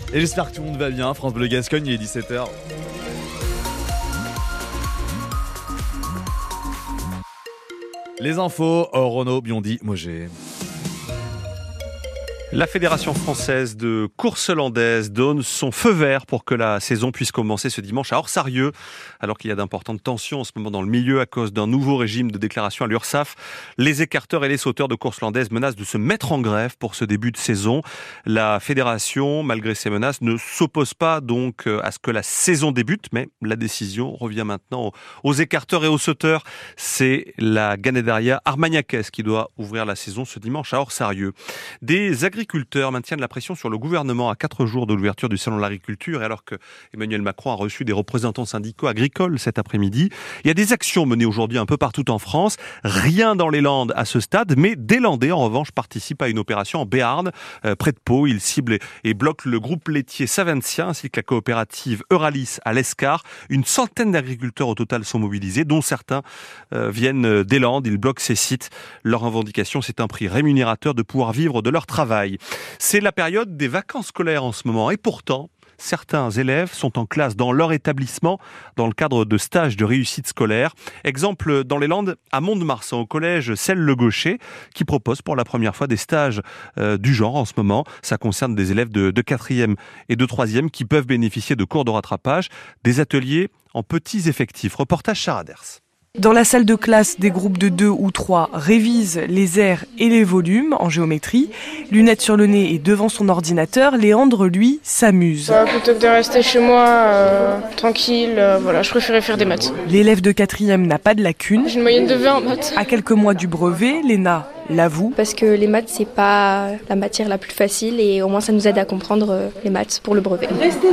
Et j'espère que tout le monde va bien. France Bleu Gascogne, il est 17h. Les infos, Renaud, Biondi, Mogé. La Fédération française de course landaise donne son feu vert pour que la saison puisse commencer ce dimanche à Orsarieux. Alors qu'il y a d'importantes tensions en ce moment dans le milieu à cause d'un nouveau régime de déclaration à l'URSSAF, les écarteurs et les sauteurs de course landaise menacent de se mettre en grève pour ce début de saison. La fédération, malgré ces menaces, ne s'oppose pas donc à ce que la saison débute, mais la décision revient maintenant aux écarteurs et aux sauteurs. C'est la Ganaderia Armagnacaise qui doit ouvrir la saison ce dimanche à Orsarieux. Des agriculteurs maintiennent la pression sur le gouvernement à 4 jours de l'ouverture du Salon de l'agriculture, et alors que Emmanuel Macron a reçu des représentants syndicaux agricoles cet après-midi. Il y a des actions menées aujourd'hui un peu partout en France. Rien dans les Landes à ce stade, mais des Landais en revanche participent à une opération en Béarn, près de Pau. Ils ciblent et bloquent le groupe laitier Savencia ainsi que la coopérative Euralis à l'Escar. Une centaine d'agriculteurs au total sont mobilisés, dont certains viennent des Landes. Ils bloquent ces sites. Leur revendication, c'est un prix rémunérateur de pouvoir vivre de leur travail. C'est la période des vacances scolaires en ce moment, et pourtant, certains élèves sont en classe dans leur établissement dans le cadre de stages de réussite scolaire. Exemple dans les Landes, à Mont-de-Marsan, au collège Celle-le-Gaucher, qui propose pour la première fois des stages du genre en ce moment. Ça concerne des élèves de 4e et de 3e qui peuvent bénéficier de cours de rattrapage, des ateliers en petits effectifs. Reportage Charaders. Dans la salle de classe, des groupes de 2 ou 3 révisent les aires et les volumes en géométrie. Lunettes sur le nez et devant son ordinateur, Léandre, lui, s'amuse. Plutôt que de rester chez moi, tranquille, je préférais faire des maths. L'élève de 4e n'a pas de lacune. J'ai une moyenne de 20 en maths. À quelques mois du brevet, Léna l'avoue. Parce que les maths, c'est pas la matière la plus facile et au moins ça nous aide à comprendre les maths pour le brevet.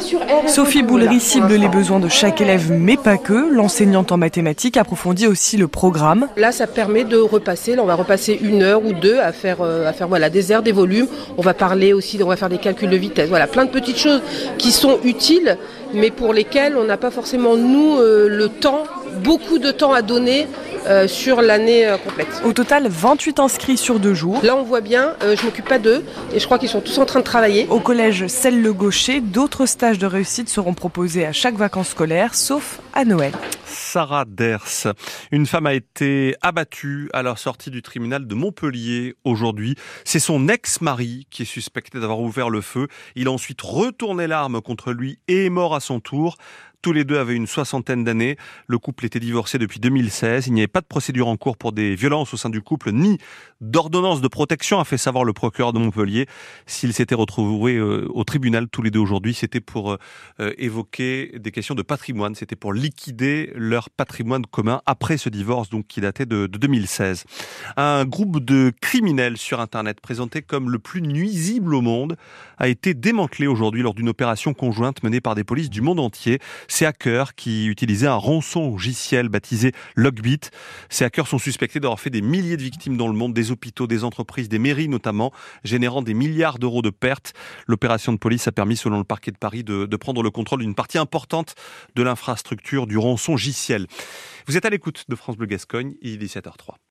Sophie Boulery cible les besoins de chaque élève, mais pas que. L'enseignante en mathématiques approfondit aussi le programme. Là, ça permet de repasser. Là, on va repasser 1 heure ou 2 à faire des aires, des volumes. On va parler aussi, on va faire des calculs de vitesse. Voilà, plein de petites choses qui sont utiles, mais pour lesquelles on n'a pas forcément, nous, le temps, beaucoup de temps à donner sur l'année complète. Au total, 28 inscrits sur 2 jours. Là, on voit bien, je m'occupe pas d'eux et je crois qu'ils sont tous en train de travailler. Au collège Celle-le-Gaucher, d'autres stages de réussite seront proposés à chaque vacances scolaires, sauf à Noël. Sarah Ders. Une femme a été abattue à la sortie du tribunal de Montpellier aujourd'hui. C'est son ex-mari qui est suspecté d'avoir ouvert le feu. Il a ensuite retourné l'arme contre lui et est mort à son tour. Tous les deux avaient une 60aine d'années. Le couple était divorcé depuis 2016. Il n'y avait pas de procédure en cours pour des violences au sein du couple, ni d'ordonnance de protection, a fait savoir le procureur de Montpellier. S'ils s'étaient retrouvés au tribunal tous les deux aujourd'hui, c'était pour évoquer des questions de patrimoine. C'était pour liquider leur patrimoine commun après ce divorce, donc qui datait de 2016. Un groupe de criminels sur Internet présenté comme le plus nuisible au monde a été démantelé aujourd'hui lors d'une opération conjointe menée par des polices du monde entier. Ces hackers qui utilisaient un rançongiciel baptisé Logbit. Ces hackers sont suspectés d'avoir fait des milliers de victimes dans le monde, des hôpitaux, des entreprises, des mairies notamment, générant des milliards d'euros de pertes. L'opération de police a permis, selon le parquet de Paris, de prendre le contrôle d'une partie importante de l'infrastructure du rançongiciel. Vous êtes à l'écoute de France Bleu Gascogne, il est 17h03.